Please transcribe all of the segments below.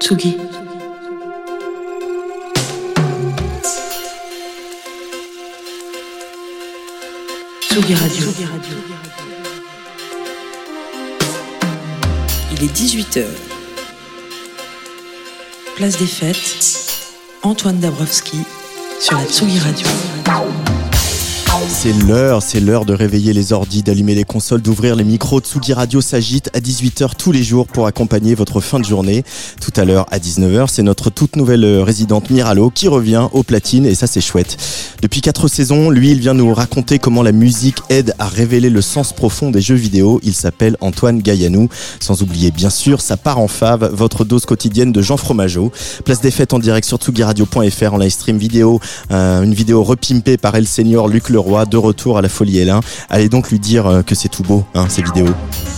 Tsugi. Tsugi Radio. Il est 18h. Place des Fêtes. Antoine Dabrowski sur la Tsugi Radio. C'est l'heure de réveiller les ordis, d'allumer les consoles, d'ouvrir les micros. Tsugi Radio s'agite à 18h tous les jours pour accompagner votre fin de journée. Tout à l'heure à 19h, c'est notre toute nouvelle résidente Miralo qui revient aux platines et ça c'est chouette. Depuis 4 saisons, lui il vient nous raconter comment la musique aide à révéler le sens profond des jeux vidéo. Il s'appelle Antoine Gaillanou. Sans oublier bien sûr sa part en fave, votre dose quotidienne de Jean Fromageau. Place des Fêtes en direct sur tsugiradio.fr en live stream vidéo, une vidéo repimpée par El Senior Luc Leroy. De retour à la Folie L1. Allez donc lui dire que c'est tout beau, ces vidéos.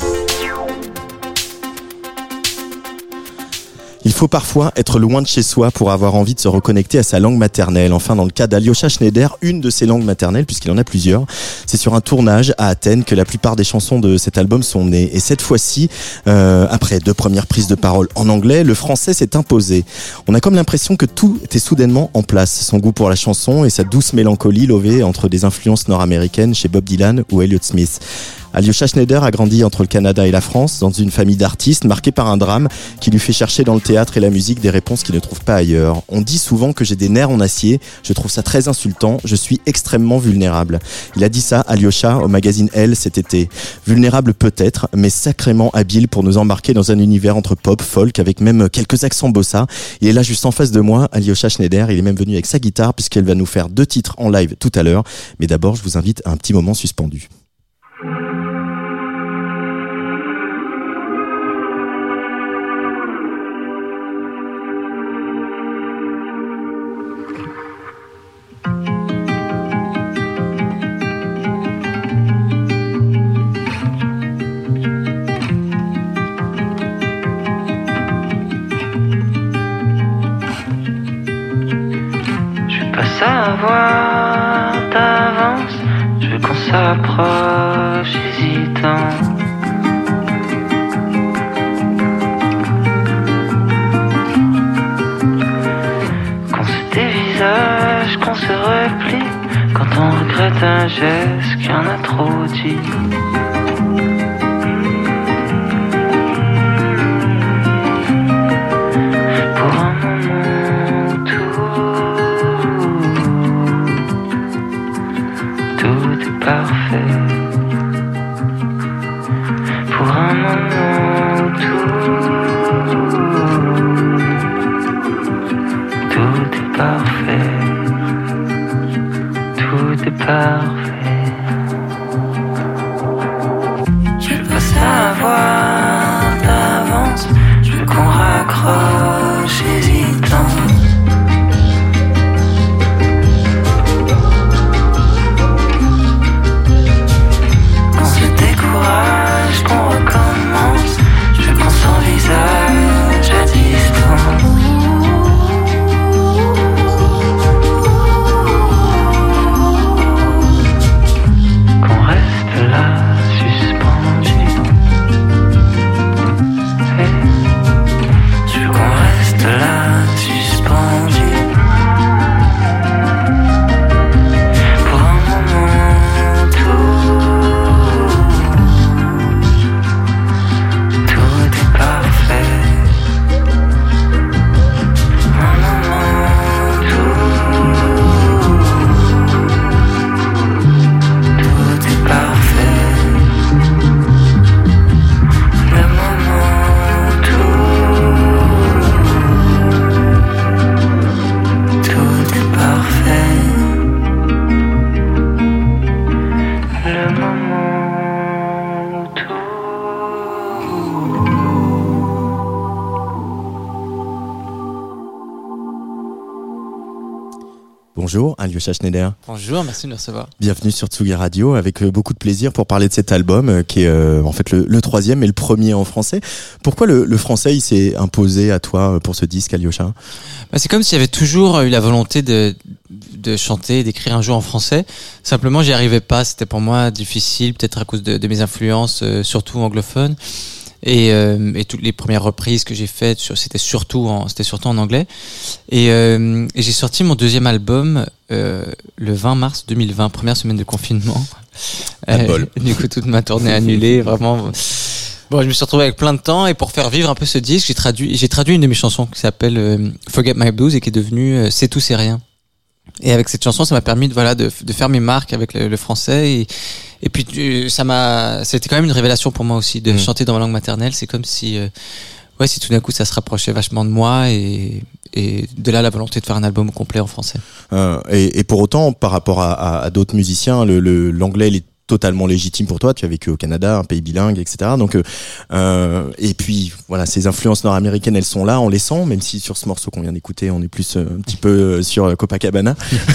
Il faut parfois être loin de chez soi pour avoir envie de se reconnecter à sa langue maternelle. Enfin, dans le cas d'Alyosha Schneider, une de ses langues maternelles, puisqu'il en a plusieurs, c'est sur un tournage à Athènes que la plupart des chansons de cet album sont nées. Et cette fois-ci, après 2 premières prises de parole en anglais, le français s'est imposé. On a comme l'impression que tout était soudainement en place. Son goût pour la chanson et sa douce mélancolie lovée entre des influences nord-américaines chez Bob Dylan ou Elliott Smith. Alyosha Schneider a grandi entre le Canada et la France, dans une famille d'artistes marquée par un drame qui lui fait chercher dans le théâtre et la musique des réponses qu'il ne trouve pas ailleurs. On dit souvent que j'ai des nerfs en acier, je trouve ça très insultant, je suis extrêmement vulnérable. Il a dit ça, Alyosha, au magazine Elle cet été. Vulnérable peut-être, mais sacrément habile pour nous embarquer dans un univers entre pop, folk, avec même quelques accents bossa. Il est là juste en face de moi, Alyosha Schneider, il est même venu avec sa guitare puisqu'elle va nous faire 2 titres en live tout à l'heure. Mais d'abord, je vous invite à un petit moment suspendu. Savoir d'avance, je veux qu'on s'approche hésitant. Qu'on se dévisage, qu'on se replie, quand on regrette un geste qu'il y en a trop dit. Pour un moment tout est parfait, tout est parfait. Je veux pas savoir d'avance, je veux qu'on raccroche hésitant. Qu'on recommence, je veux qu'on s'envisage à distance. Qu'on reste là, suspendu. Je veux qu'on reste là, suspendu. Pour un moment, Bonjour, Alyosha Schneider. Bonjour, merci de me recevoir. Bienvenue sur Tsugi Radio avec beaucoup de plaisir pour parler de cet album qui est en fait le 3e et le premier en français. Pourquoi le français il s'est imposé à toi pour ce disque, Alyosha ? C'est comme s'il y avait toujours eu la volonté de chanter, d'écrire un jour en français. Simplement, j'y arrivais pas. C'était pour moi difficile, peut-être à cause de mes influences, surtout anglophones. et toutes les premières reprises que j'ai faites, c'était surtout en anglais. Et j'ai sorti mon deuxième album le 20 mars 2020, première semaine de confinement. Du coup, toute ma tournée annulée, vraiment. Bon, je me suis retrouvé avec plein de temps, et pour faire vivre un peu ce disque, j'ai traduit une de mes chansons qui s'appelle Forget My Blues et qui est devenue C'est tout, c'est rien. Et avec cette chanson, ça m'a permis de faire mes marques avec le français, et puis c'était quand même une révélation pour moi aussi de chanter dans ma langue maternelle. C'est comme si si tout d'un coup ça se rapprochait vachement de moi, et de là la volonté de faire un album complet en français. Et pour autant, par rapport à d'autres musiciens, l'anglais, il est totalement légitime pour toi. Tu as vécu au Canada, un pays bilingue, etc. Donc, et puis voilà, ces influences nord-américaines, elles sont là, on les sent, même si sur ce morceau qu'on vient d'écouter, on est plus un petit peu sur Copacabana.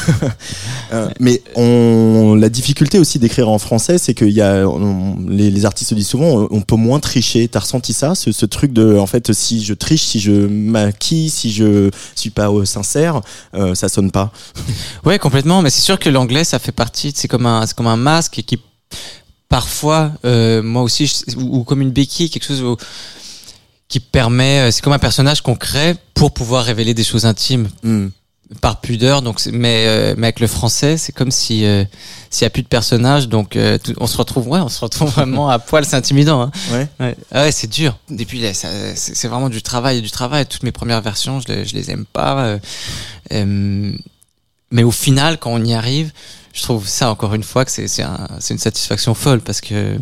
Mais la difficulté aussi d'écrire en français, c'est qu'il y a les artistes disent souvent, on peut moins tricher. T'as ressenti ça, ce truc de, en fait, si je triche, si je maquille, si je suis pas sincère, ça sonne pas. Ouais, complètement. Mais c'est sûr que l'anglais, ça fait partie. C'est comme un masque qui parfois, moi aussi, ou comme une béquille, quelque chose qui permet. C'est comme un personnage qu'on crée pour pouvoir révéler des choses intimes par pudeur. Donc, mais avec le français, c'est comme si s'il y a plus de personnage, donc on se retrouve vraiment à poil. C'est intimidant. Hein. Ouais. Ah ouais, c'est dur. Et puis c'est vraiment du travail. Toutes mes premières versions, je les aime pas. Mais au final, quand on y arrive, je trouve ça, encore une fois, que c'est une satisfaction folle, parce que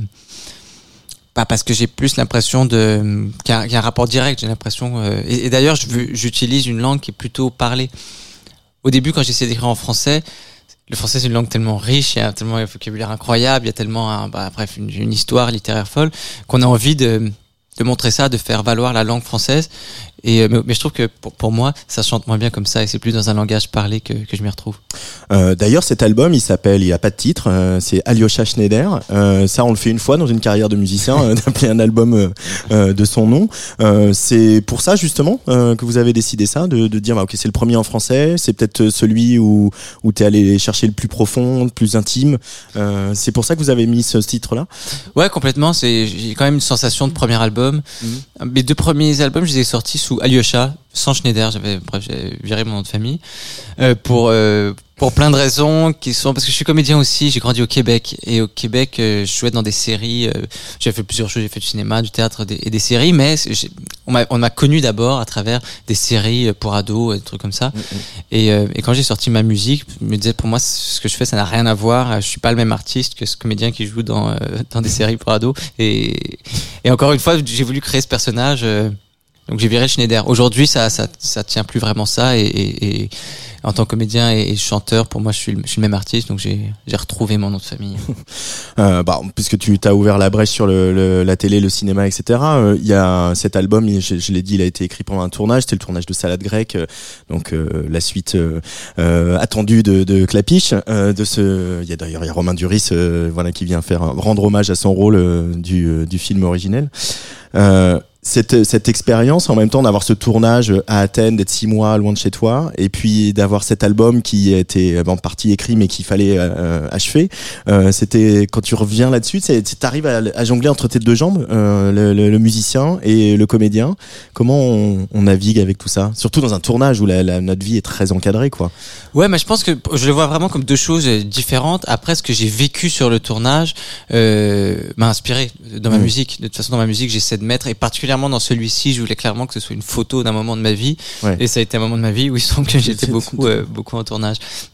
j'ai plus l'impression qu'il y a un rapport direct. J'ai l'impression, et d'ailleurs, j'utilise une langue qui est plutôt parlée. Au début, quand j'essayais d'écrire en français, le français c'est une langue tellement riche, il y a tellement un vocabulaire incroyable, il y a tellement une histoire littéraire folle, qu'on a envie de montrer ça, de faire valoir la langue française. Mais je trouve que pour moi, ça chante moins bien comme ça, et c'est plus dans un langage parlé que je m'y retrouve. D'ailleurs, cet album, il a pas de titre, c'est Alyosha Schneider. Ça, on le fait une fois dans une carrière de musicien, d'appeler un album de son nom. C'est pour ça, justement, que vous avez décidé ça, de dire, ok, c'est le premier en français, c'est peut-être celui où t'es allé chercher le plus profond, le plus intime. C'est pour ça que vous avez mis ce titre-là? Ouais, complètement. J'ai quand même une sensation de premier album. Mes deux premiers albums, je les ai sortis sous Alyosha, sans Schneider. J'avais viré mon nom de famille pour plein de raisons qui sont, parce que je suis comédien aussi. J'ai grandi au Québec, et au Québec je jouais dans des séries. J'ai fait plusieurs choses, j'ai fait du cinéma, du théâtre et des séries, mais on m'a connu d'abord à travers des séries pour ados, des trucs comme ça. Et quand j'ai sorti ma musique, je me disais, pour moi, ce que je fais, ça n'a rien à voir. Je suis pas le même artiste que ce comédien qui joue dans des séries pour ados. Et encore une fois, j'ai voulu créer ce personnage. Donc j'ai viré Schneider. Aujourd'hui, ça tient plus vraiment ça, et en tant que comédien et chanteur, pour moi, je suis le même artiste, donc j'ai retrouvé mon nom de famille. Puisque tu t'as ouvert la brèche sur la télé, le cinéma, etc. Il y a cet album, je l'ai dit, il a été écrit pendant un tournage. C'était le tournage de Salade grecque, donc la suite attendue de Clapiche. Il y a Romain Duris, qui vient rendre hommage à son rôle du film originel. Cette expérience, en même temps d'avoir ce tournage à Athènes, d'être 6 mois loin de chez toi, et puis d'avoir cet album qui était en partie écrit mais qu'il fallait achever, c'était, quand tu reviens là-dessus, t'arrives à jongler entre tes deux jambes, le musicien et le comédien. Comment on navigue avec tout ça, surtout dans un tournage où notre vie est très encadrée, quoi? Ouais, mais je pense que je le vois vraiment comme deux choses différentes. Après, ce que j'ai vécu sur le tournage m'a inspiré dans ma musique. De toute façon, dans ma musique, j'essaie de mettre, et particulièrement dans celui-ci, je voulais clairement que ce soit une photo d'un moment de ma vie. Et ça a été un moment de ma vie où il semble que j'étais beaucoup en tournage.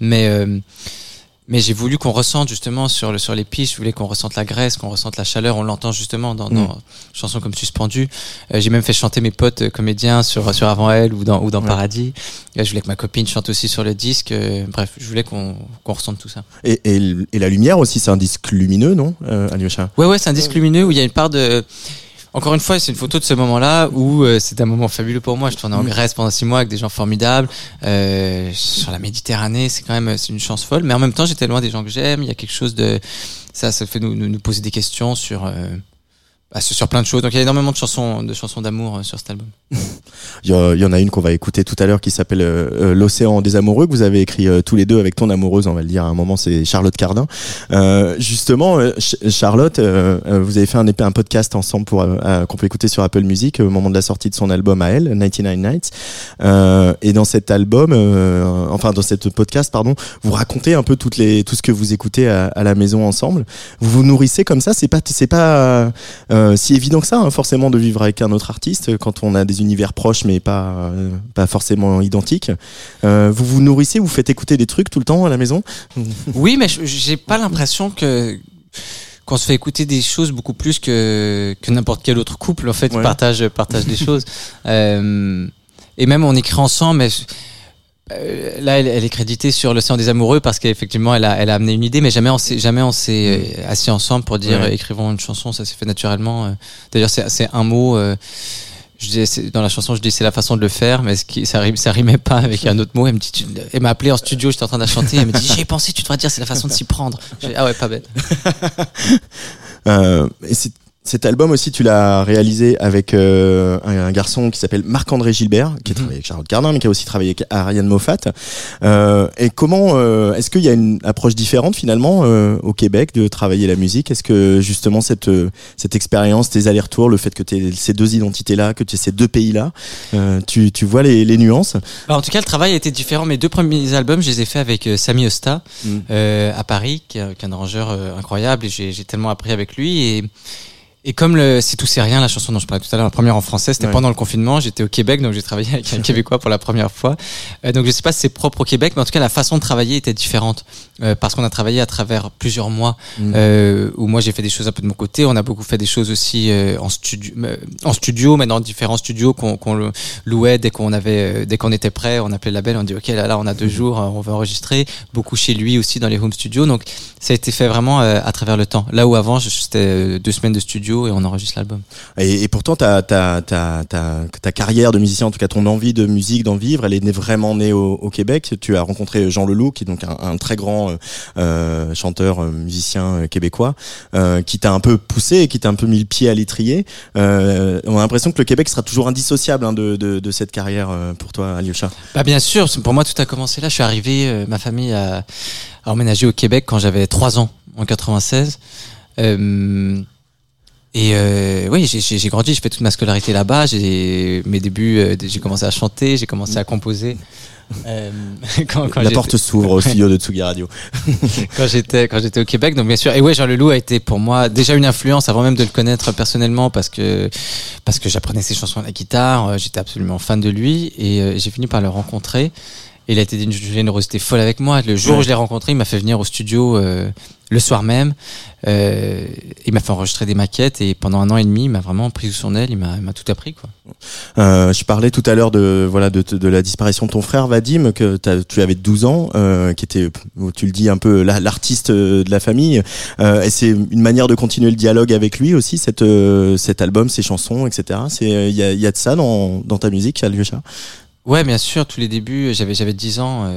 Mais j'ai voulu qu'on ressente justement sur les pistes, je voulais qu'on ressente la graisse, qu'on ressente la chaleur. On l'entend justement dans chansons comme Suspendu. J'ai même fait chanter mes potes comédiens sur Avant Elle ou dans Paradis. Je voulais que ma copine chante aussi sur le disque. Bref, je voulais qu'on ressente tout ça. Et la lumière aussi, c'est un disque lumineux, non, Alyosha? Ouais, c'est un disque lumineux où il y a une part de... Encore une fois, c'est une photo de ce moment-là où c'est un moment fabuleux pour moi. Je tournais en Grèce pendant 6 mois avec des gens formidables. Sur la Méditerranée, c'est une chance folle. Mais en même temps, j'étais loin des gens que j'aime. Il y a quelque chose de... Ça fait nous poser des questions sur sur plein de choses. Donc il y a énormément de chansons d'amour sur cet album. Il y en a une qu'on va écouter tout à l'heure qui s'appelle L'Océan des Amoureux, que vous avez écrit tous les deux avec ton amoureuse, on va le dire à un moment, c'est Charlotte Cardin. Justement, Charlotte, vous avez fait un podcast ensemble qu'on peut écouter sur Apple Music au moment de la sortie de son album à elle, 99 Nights. Et dans cet album, dans cette podcast, pardon, vous racontez un peu tout ce que vous écoutez à la maison ensemble. Vous vous nourrissez comme ça, c'est pas si évident que ça, hein, forcément, de vivre avec un autre artiste quand on a des univers proches mais pas forcément identiques. Vous vous nourrissez, vous faites écouter des trucs tout le temps à la maison? Oui, mais j'ai pas l'impression qu'on se fait écouter des choses beaucoup plus que n'importe quel autre couple en fait, qui partage des choses. Et même on écrit ensemble, mais là elle est créditée sur L'Océan des Amoureux parce qu'effectivement elle a amené une idée, mais jamais on s'est assis ensemble pour dire écrivons une chanson. Ça s'est fait naturellement. D'ailleurs c'est un mot. Dans la chanson, je dis c'est la façon de le faire, mais ça rimait pas avec un autre mot. Elle m'a appelé en studio, j'étais en train de la chanter. Elle me dit, j'y ai pensé, tu devrais dire c'est la façon de s'y prendre. J'ai dit, ah ouais, pas bête. Et cet album aussi, tu l'as réalisé avec un garçon qui s'appelle Marc-André Gilbert, qui a travaillé avec Charlotte Cardin, mais qui a aussi travaillé avec Ariane Moffat. Et comment est-ce qu'il y a une approche différente finalement au Québec de travailler la musique? Est-ce que justement cette expérience, tes allers-retours, le fait que tu aies ces deux identités-là, que tu aies ces deux pays-là, tu vois les nuances? En tout cas, le travail a été différent. Mes deux premiers albums, je les ai faits avec Sami Osta à Paris, qui est un arrangeur incroyable, et j'ai tellement appris avec lui. Et comme C'est tout c'est rien, la chanson dont je parlais tout à l'heure, la première en français, c'était pendant le confinement, j'étais au Québec, donc j'ai travaillé avec un Québécois pour la première fois. Donc je sais pas si c'est propre au Québec, mais en tout cas la façon de travailler était différente, parce qu'on a travaillé à travers plusieurs mois, où moi j'ai fait des choses un peu de mon côté, on a beaucoup fait des choses aussi en studio, mais dans différents studios qu'on louait dès qu'on était prêt, on appelait le label, on dit ok là on a 2 jours, on va enregistrer, beaucoup chez lui aussi dans les home studios, donc ça a été fait vraiment à travers le temps. Là où avant c'était 2 semaines de studio et on enregistre l'album. Et pourtant ta carrière de musicien, en tout cas ton envie de musique, d'en vivre, elle est vraiment née au Québec. Tu as rencontré Jean Leloup, qui est donc un très grand chanteur, musicien québécois, qui t'a un peu poussé et qui t'a un peu mis le pied à l'étrier. On a l'impression que le Québec sera toujours indissociable de cette carrière pour toi, Alyosha. Bah bien sûr, pour moi tout a commencé là. Je suis arrivé, ma famille a emménagé au Québec quand j'avais 3 ans, en 96. Oui, j'ai grandi, j'ai fait toute ma scolarité là-bas, mes débuts, j'ai commencé à chanter, j'ai commencé à composer. La porte s'ouvre au studio de Tsugi Radio. quand j'étais au Québec, donc bien sûr. Et ouais, Jean Leloup a été pour moi déjà une influence avant même de le connaître personnellement, parce que j'apprenais ses chansons à la guitare, j'étais absolument fan de lui, et j'ai fini par le rencontrer. Et il a été d'une générosité folle avec moi. Le jour où je l'ai rencontré, il m'a fait venir au studio le soir même. Il m'a fait enregistrer des maquettes, et pendant 1 an et demi, il m'a vraiment pris sous son aile. Il m'a tout appris, quoi. Je parlais tout à l'heure de la disparition de ton frère Vadim, que tu avais 12 ans, qui était, tu le dis, un peu l'artiste de la famille. Et c'est une manière de continuer le dialogue avec lui aussi, cet album, ses chansons, etc. Il y a de ça dans ta musique, Alyosha? Ouais, bien sûr, tous les débuts, j'avais 10 ans,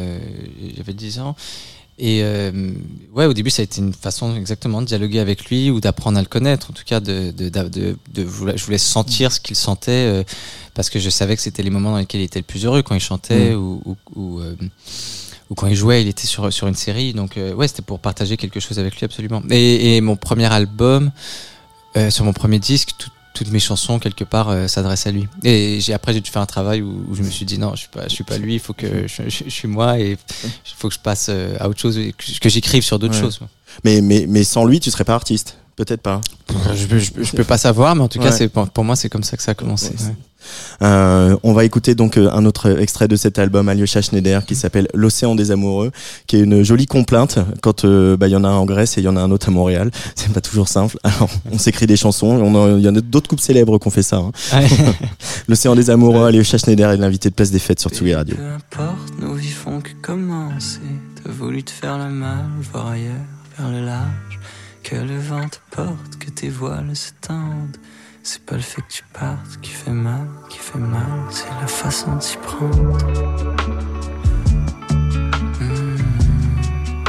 et au début ça a été une façon exactement de dialoguer avec lui, ou d'apprendre à le connaître, en tout cas je voulais sentir ce qu'il sentait, parce que je savais que c'était les moments dans lesquels il était le plus heureux, quand il chantait ou quand il jouait, il était sur une série, donc c'était pour partager quelque chose avec lui, absolument. Et mon premier album, sur mon premier disque, toutes mes chansons quelque part s'adressent à lui. Et après j'ai dû faire un travail où je me suis dit non, je suis pas lui, il faut que je suis moi, et il faut que je passe à autre chose, que j'écrive sur d'autres choses. Mais sans lui, tu serais pas artiste? Peut-être pas. Je peux pas savoir, mais en tout cas pour moi c'est comme ça que ça a commencé. On va écouter donc un autre extrait de cet album, Alyosha Schneider, qui s'appelle L'Océan des Amoureux, qui est une jolie complainte quand il y en a un en Grèce et il y en a un autre à Montréal. C'est pas toujours simple. Alors on s'écrit des chansons, il y en a d'autres couples célèbres qu'on fait ça, hein. L'Océan des Amoureux, Alyosha Schneider est l'invité de Place des Fêtes sur Tsugi Radio. Peu importe, nos vies font que commencer. T'as voulu te faire le mal, voir ailleurs, vers le large. Que le vent te porte, que tes voiles se tendent. C'est pas le fait que tu partes qui fait mal, c'est la façon de s'y prendre.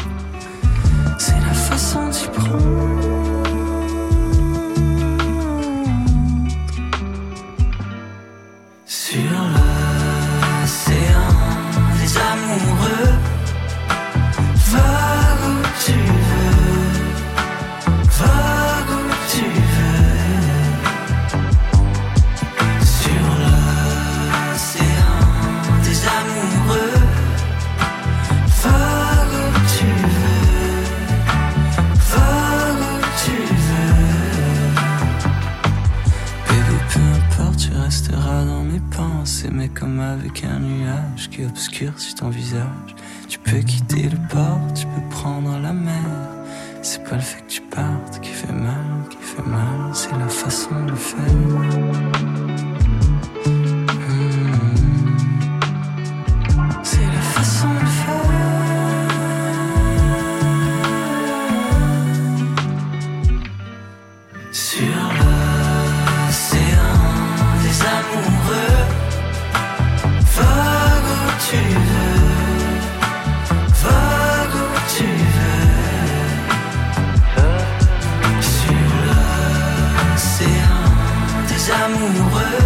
C'est la façon de s'y prendre. comme avec un nuage qui obscurcit ton visage. Tu peux quitter le port, tu peux prendre la mer. C'est pas le fait que tu partes qui fait mal, c'est la façon de faire. C'est la façon de faire. Sur l'océan des amoureux, vogue où tu veux, vogue où tu veux. Sur l'océan des amoureux,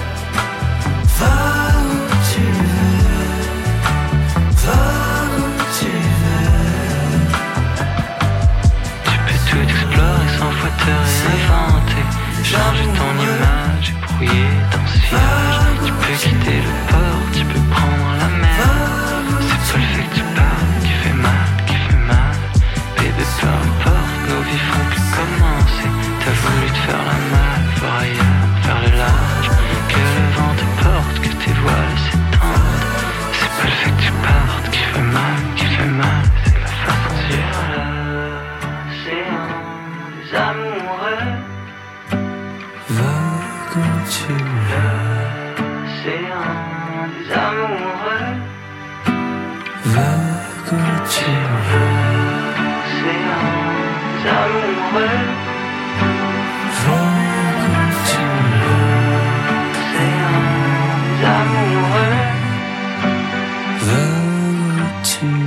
vogue où tu veux, vogue où tu veux. Tu peux tout explorer sans fois te réinventer, changer ton image et brouiller ton sillage. Tu peux quitter le port, tu peux prendre la mer. C'est pas le fait que tu parles qui fait mal, bébé, peu importe, nos vies font plus commencer. T'as voulu te faire la malle, voir ailleurs, vers le large. Que le vent te porte, que tes voiles s'étendent. C'est pas le fait que tu partes qui fait mal, c'est la façon de vivre. L'océan des amoureux, vogue où tu veux. L'océan des amoureux, vogue où tu veux. L'océan des amoureux, vogue où tu veux. L'océan des amoureux, vogue où tu veux.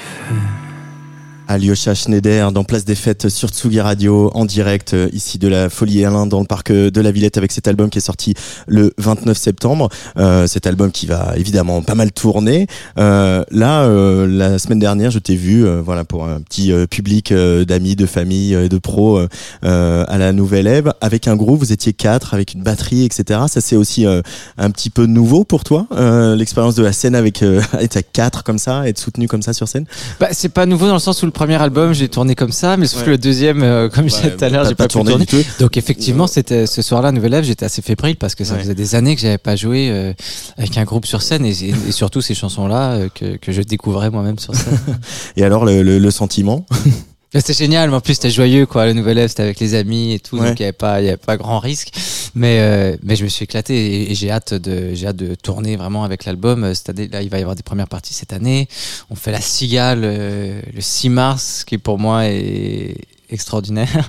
Alyosha Schneider dans Place des Fêtes sur Tsugi Radio en direct ici de la Folie Alain dans le parc de la Villette avec cet album qui est sorti le 29 septembre. Cet album qui va évidemment pas mal tourner. La semaine dernière, je t'ai vu voilà pour un petit public d'amis, de famille, de pros à la Nouvelle Ève avec un groupe. Vous étiez 4 avec une batterie, etc. Ça c'est aussi un petit peu nouveau pour toi, l'expérience de la scène avec être 4 comme ça, être soutenu comme ça sur scène. Bah, c'est pas nouveau dans le sens où le premier album j'ai tourné comme ça, mais sauf que le deuxième, comme je disais tout à l'heure, j'ai pas pu tourner. Donc effectivement, c'était ce soir-là, Nouvelle Ève, j'étais assez fébrile parce que ça faisait des années que j'avais pas joué avec un groupe sur scène et surtout ces chansons-là que je découvrais moi-même sur scène. Et alors le sentiment? C'était génial, mais en plus c'était joyeux quoi. Le Nouvelle Ève, c'était avec les amis et tout, donc il y avait pas grand risque. Mais je me suis éclaté et j'ai hâte de tourner vraiment avec l'album. Cette année, là, il va y avoir des premières parties cette année. On fait la Cigale le 6 mars, qui pour moi est extraordinaire.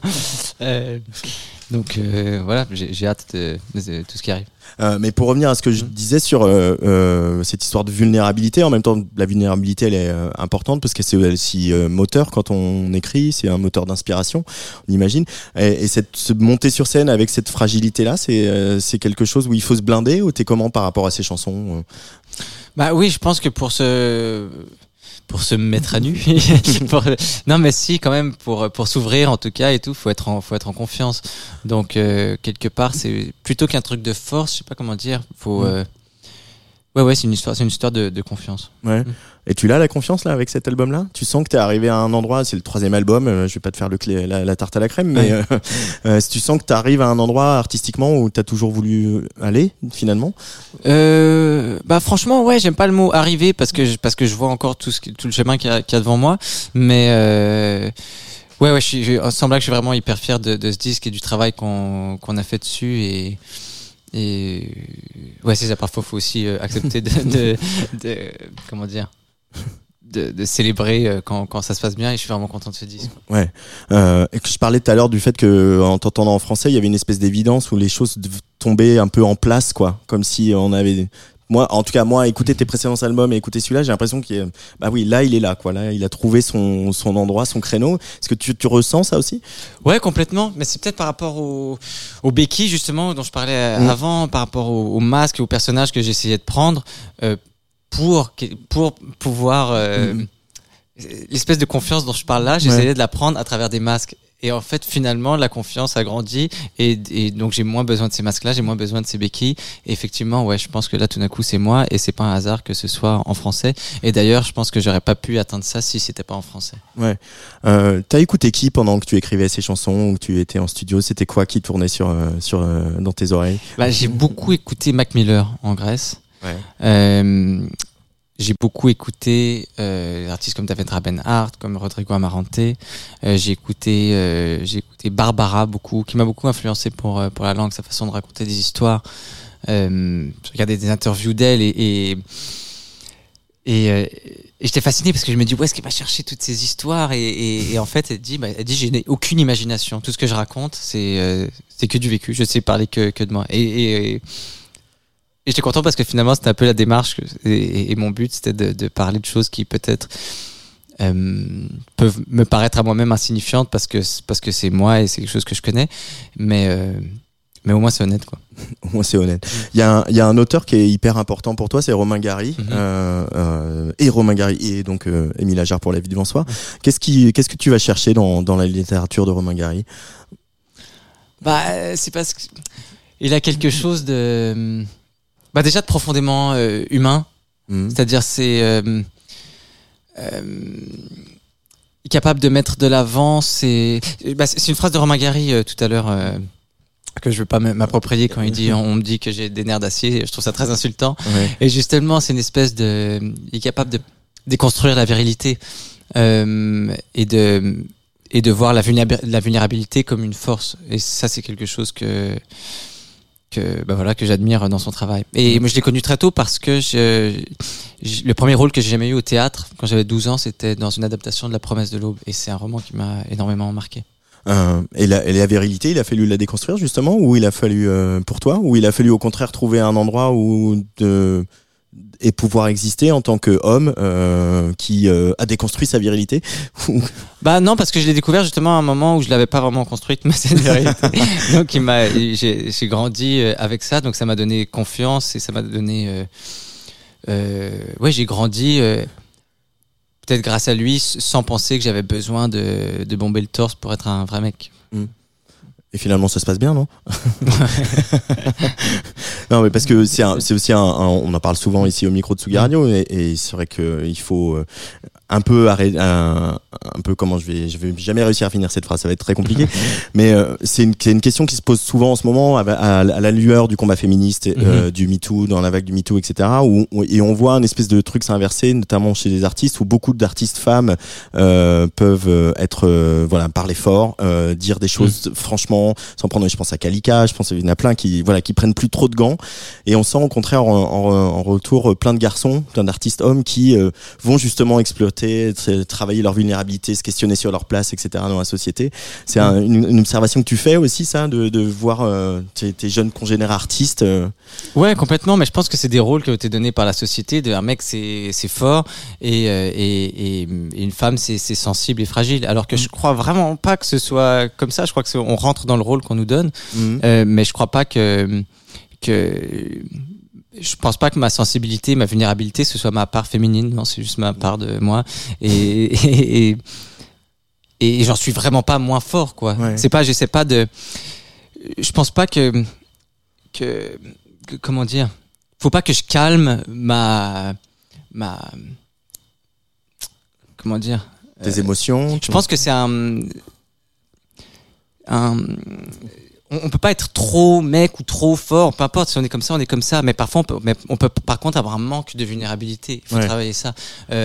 Donc voilà, j'ai hâte de tout ce qui arrive. Mais pour revenir à ce que je disais sur cette histoire de vulnérabilité, en même temps la vulnérabilité elle est importante parce que c'est aussi moteur quand on écrit, c'est un moteur d'inspiration, on imagine. Et se monter sur scène avec cette fragilité là, c'est quelque chose où il faut se blinder, ou t'es comment par rapport à ces chansons? Bah oui, je pense que pour se mettre à nu non mais si quand même pour s'ouvrir en tout cas et tout, faut être en confiance. Donc quelque part c'est plutôt qu'un truc de force, je sais pas comment dire, faut c'est une histoire de confiance. Ouais. Et tu l'as la confiance là avec cet album là? Tu sens que t'es arrivé à un endroit, c'est le 3e album, je vais pas te faire la tarte à la crème, mais si tu sens que t'arrives à un endroit artistiquement où t'as toujours voulu aller finalement? Bah franchement j'aime pas le mot arriver parce que je vois encore tout le chemin qu'il y a devant moi, mais je suis vraiment hyper fier de ce disque et du travail qu'on a fait dessus et c'est ça, parfois faut aussi accepter de comment dire, de célébrer quand ça se passe bien, et je suis vraiment content de ce disque. Et que je parlais tout à l'heure du fait que en t'entendant en français, il y avait une espèce d'évidence où les choses tombaient un peu en place quoi, comme si on avait moi, écouter tes précédents albums et écouter celui-là, j'ai l'impression qu'il là, il est là, quoi. Là, il a trouvé son endroit, son créneau. Est-ce que tu ressens ça aussi? Ouais, complètement. Mais c'est peut-être par rapport au béquilles, justement, dont je parlais avant, par rapport au masque et au personnage que j'essayais de prendre, pour pouvoir, l'espèce de confiance dont je parle là, j'essayais de la prendre à travers des masques. Et en fait, finalement, la confiance a grandi et donc j'ai moins besoin de ces masques-là, j'ai moins besoin de ces béquilles. Et effectivement, je pense que là, tout d'un coup, c'est moi, et c'est pas un hasard que ce soit en français. Et d'ailleurs, je pense que j'aurais pas pu atteindre ça si c'était pas en français. Ouais. T'as écouté qui pendant que tu écrivais ces chansons ou que tu étais en studio? C'était quoi qui tournait dans tes oreilles? J'ai beaucoup écouté Mac Miller en Grèce. Ouais. J'ai beaucoup écouté des artistes comme David Rabenhart, comme Rodrigo Amarante. J'ai écouté Barbara beaucoup, qui m'a beaucoup influencé pour la langue, sa façon de raconter des histoires. J'ai regardé des interviews d'elle et j'étais fasciné parce que je me dis où est-ce qu'elle va chercher toutes ces histoires et en fait elle dit je n'ai aucune imagination, tout ce que je raconte c'est que du vécu, je sais parler que de moi et j'étais content parce que finalement c'était un peu la démarche et mon but c'était de parler de choses qui peut-être peuvent me paraître à moi-même insignifiantes parce que c'est moi et c'est quelque chose que je connais mais au moins c'est honnête quoi. Au moins c'est honnête. Il y a un auteur qui est hyper important pour toi, c'est Romain Gary. Et Romain Gary et donc Émile Ajar pour La vie devant soi. Qu'est-ce que tu vas chercher dans la littérature de Romain Gary? C'est parce que il a quelque chose de déjà de profondément humain. C'est-à-dire c'est capable de mettre de l'avant. C'est une phrase de Romain Gary tout à l'heure. Que je veux pas m'approprier quand on me dit que j'ai des nerfs d'acier, je trouve ça très insultant. Ouais. Et justement, c'est une espèce il est capable de déconstruire la virilité et de voir la vulnérabilité comme une force. Et ça, c'est quelque chose que j'admire dans son travail. Et moi, je l'ai connu très tôt parce que le premier rôle que j'ai jamais eu au théâtre, quand j'avais 12 ans, c'était dans une adaptation de La promesse de l'aube. Et c'est un roman qui m'a énormément marqué. Et la virilité, il a fallu la déconstruire justement, ou il a fallu pour toi, ou il a fallu au contraire trouver un endroit et pouvoir exister en tant qu'homme qui a déconstruit sa virilité? Non, parce que je l'ai découvert justement à un moment où je l'avais pas vraiment construite cette virilité. Donc j'ai grandi avec ça, donc ça m'a donné confiance et ça m'a donné j'ai grandi peut-être grâce à lui, sans penser que j'avais besoin de bomber le torse pour être un vrai mec. Et finalement, ça se passe bien, non? Non, mais parce que c'est aussi on en parle souvent ici au micro de Tsugi Radio, et c'est vrai que il faut un peu comment je vais jamais réussir à finir cette phrase, ça va être très compliqué. Mais c'est une question qui se pose souvent en ce moment à la lueur du combat féministe, du MeToo, dans la vague du MeToo, etc. Et on voit un espèce de truc s'inverser, notamment chez les artistes, où beaucoup d'artistes femmes peuvent être parler fort, dire des choses franchement, sans prendre, je pense à Kalika, je pense qu'il y en a plein qui prennent plus trop de gants, et on sent au contraire en retour plein de garçons, plein d'artistes hommes qui vont justement exploiter, travailler leur vulnérabilité, se questionner sur leur place, etc. dans la société. C'est une observation que tu fais aussi, ça, de voir tes jeunes congénères artistes. Ouais, complètement, mais je pense que c'est des rôles qui ont été donnés par la société. Un mec c'est fort et une femme c'est sensible et fragile, alors que je crois vraiment pas que ce soit comme ça. Je crois que on rentre dans le rôle qu'on nous donne, mais je crois pas que je pense pas que ma sensibilité, ma vulnérabilité, ce soit ma part féminine. Non, c'est juste ma part de moi. Et j'en suis vraiment pas moins fort, quoi. Ouais. J'essaie pas de. Je pense pas que comment dire. Faut pas que je calme ma comment dire. Tes émotions. Je pense que c'est on peut pas être trop mec ou trop fort, peu importe, si on est comme ça, on est comme ça, mais parfois on peut par contre avoir un manque de vulnérabilité. Il faut travailler ça.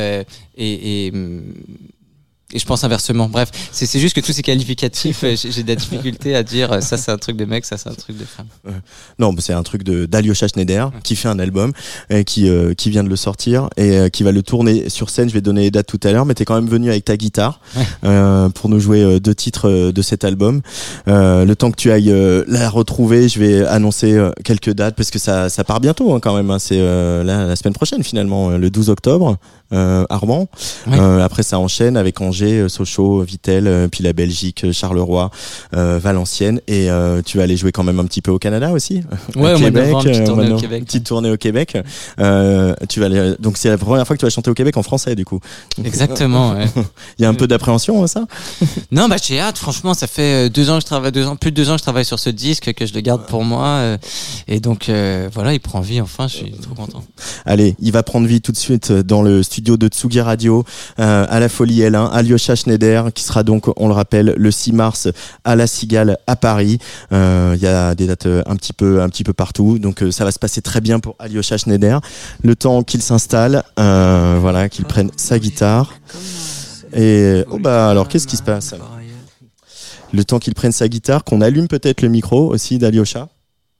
Et je pense inversement. Bref, c'est juste que tous ces qualificatifs, j'ai de la difficulté à dire ça c'est un truc de mec, ça c'est un truc de femme. Non, c'est un truc d'Alyosha Schneider qui fait un album, qui vient de le sortir et qui va le tourner sur scène. Je vais donner les dates tout à l'heure, mais t'es quand même venu avec ta guitare pour nous jouer 2 titres de cet album. Le temps que tu ailles la retrouver, je vais annoncer quelques dates parce que ça part bientôt quand même. C'est la semaine prochaine finalement, le 12 octobre. Armand. Après ça enchaîne avec Angers, Sochaux, Vittel, puis la Belgique, Charleroi, Valenciennes, et tu vas aller jouer quand même un petit peu au Canada aussi. Ouais, au Québec, petite tournée au Québec. Tu vas aller, donc c'est la première fois que tu vas chanter au Québec en français du coup. Exactement. Ouais. Il y a un peu d'appréhension ça. Non, j'ai hâte. Franchement, ça fait plus de 2 ans que je travaille sur ce disque, que je le garde pour moi, et donc voilà, il prend vie enfin. Je suis trop content. Allez, il va prendre vie tout de suite dans le studio de Tsugi Radio, à la Folie L1, à Alyosha Schneider, qui sera donc, on le rappelle, le 6 mars à La Cigale à Paris. Il y a des dates un petit peu partout, donc ça va se passer très bien pour Alyosha Schneider. Le temps qu'il s'installe, voilà, qu'il prenne sa guitare. Et alors qu'est-ce qui se passe ? Le temps qu'il prenne sa guitare, qu'on allume peut-être le micro aussi d'Alyosha.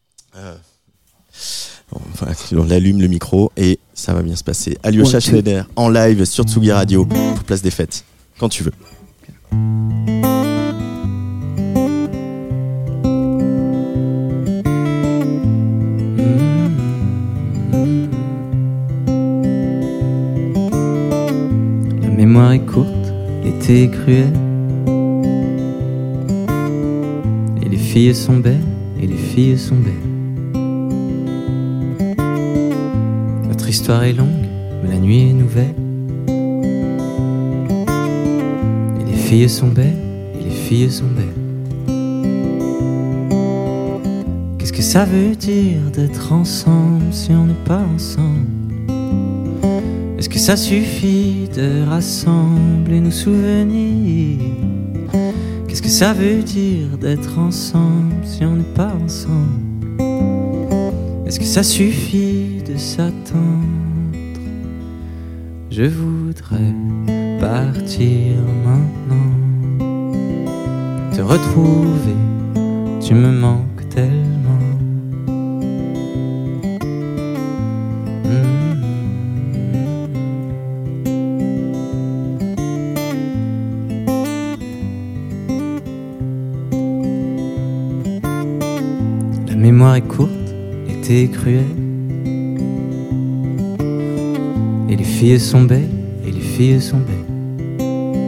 Voilà, on allume le micro et ça va bien se passer. Alyosha Schneider en live sur Tsugi Radio pour Place des Fêtes, quand tu veux. La mémoire est courte, l'été est cruel. Et les filles sont belles, et les filles sont belles. Notre histoire est longue, mais la nuit est nouvelle. Et les filles sont belles, et les filles sont belles. Qu'est-ce que ça veut dire d'être ensemble si on n'est pas ensemble? Est-ce que ça suffit de rassembler nos souvenirs? Qu'est-ce que ça veut dire d'être ensemble si on n'est pas ensemble? Est-ce que ça suffit de s'attendre? Je voudrais partir maintenant, te retrouver, tu me manques tellement. La mémoire est courte, l'été est cruel. Et les filles sont belles, et les filles sont belles.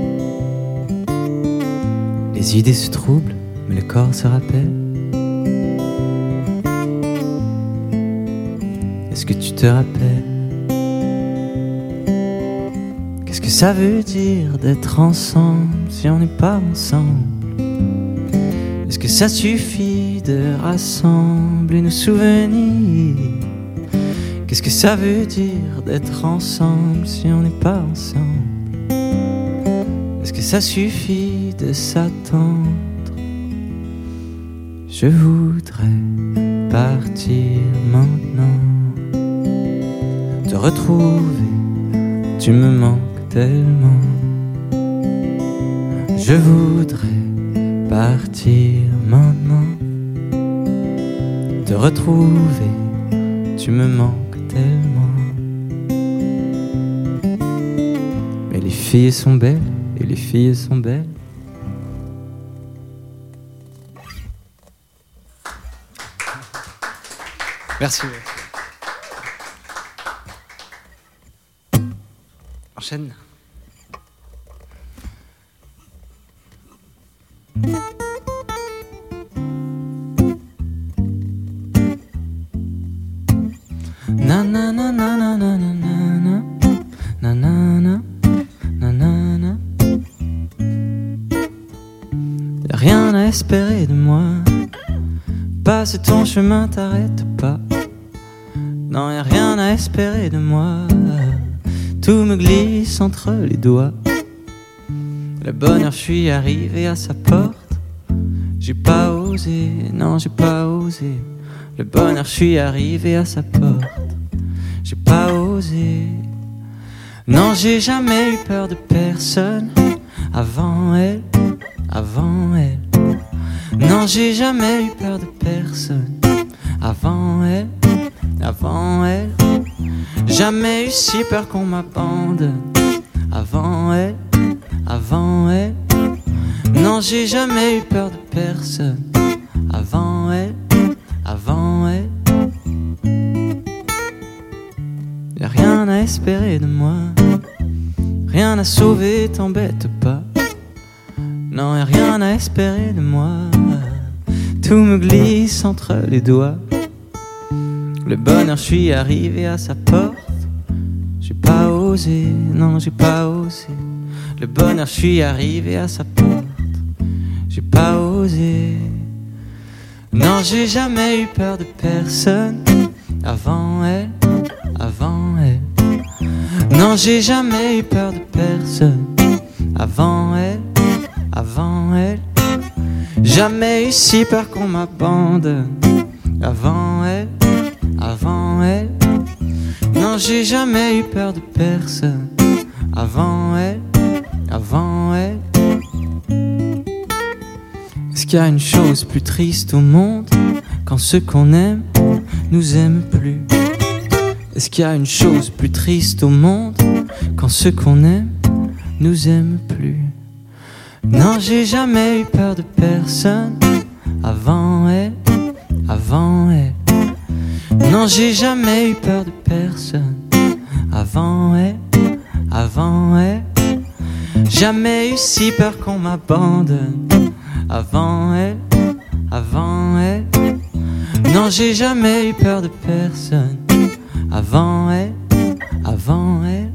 Les idées se troublent, mais le corps se rappelle. Est-ce que tu te rappelles? Qu'est-ce que ça veut dire d'être ensemble si on n'est pas ensemble? Est-ce que ça suffit de rassembler nos souvenirs? Qu'est-ce que ça veut dire d'être ensemble si on n'est pas ensemble? Est-ce que ça suffit de s'attendre? Je voudrais partir maintenant, te retrouver, tu me manques tellement. Je voudrais partir maintenant, te retrouver, tu me manques tellement. Mais les filles sont belles, et les filles sont belles. Merci. Enchaîne. Na na na na na na na na na na na na na. Y'a rien à espérer de moi. Passe ton chemin, t'arrête pas. Non, y'a rien à espérer de moi. Tout me glisse entre les doigts. Le bonheur, je suis arrivé à sa porte. J'ai pas osé, non, j'ai pas osé. Le bonheur, je suis arrivé à sa porte. J'ai pas osé. Non, j'ai jamais eu peur de personne. Avant elle, avant elle. Non, j'ai jamais eu peur de personne. Avant elle, avant elle. Jamais eu si peur qu'on m'abandonne. Avant elle, avant elle. Non, j'ai jamais eu peur de personne. Avant elle, avant elle. Y'a rien à espérer de moi. Rien à sauver, t'embête pas. Non, y'a rien à espérer de moi. Tout me glisse entre les doigts. Le bonheur, je suis arrivé à sa porte. J'ai pas osé, non, j'ai pas osé. Le bonheur, je suis arrivé à sa porte. J'ai pas osé. Non, j'ai jamais eu peur de personne. Avant elle, avant elle. Non, j'ai jamais eu peur de personne. avant elle, avant elle. Jamais eu si peur qu'on m'abandonne, avant elle, avant elle. Non, j'ai jamais eu peur de personne, avant elle, avant elle. Est-ce qu'il y a une chose plus triste au monde quand ceux qu'on aime nous aiment plus? Est-ce qu'il y a une chose plus triste au monde quand ceux qu'on aime nous aiment plus? Non, j'ai jamais eu peur de personne, avant elle, avant elle. Non, j'ai jamais eu peur de personne, avant elle, avant elle. Jamais eu si peur qu'on m'abandonne, avant elle, avant elle. Non, j'ai jamais eu peur de personne, avant elle, avant elle.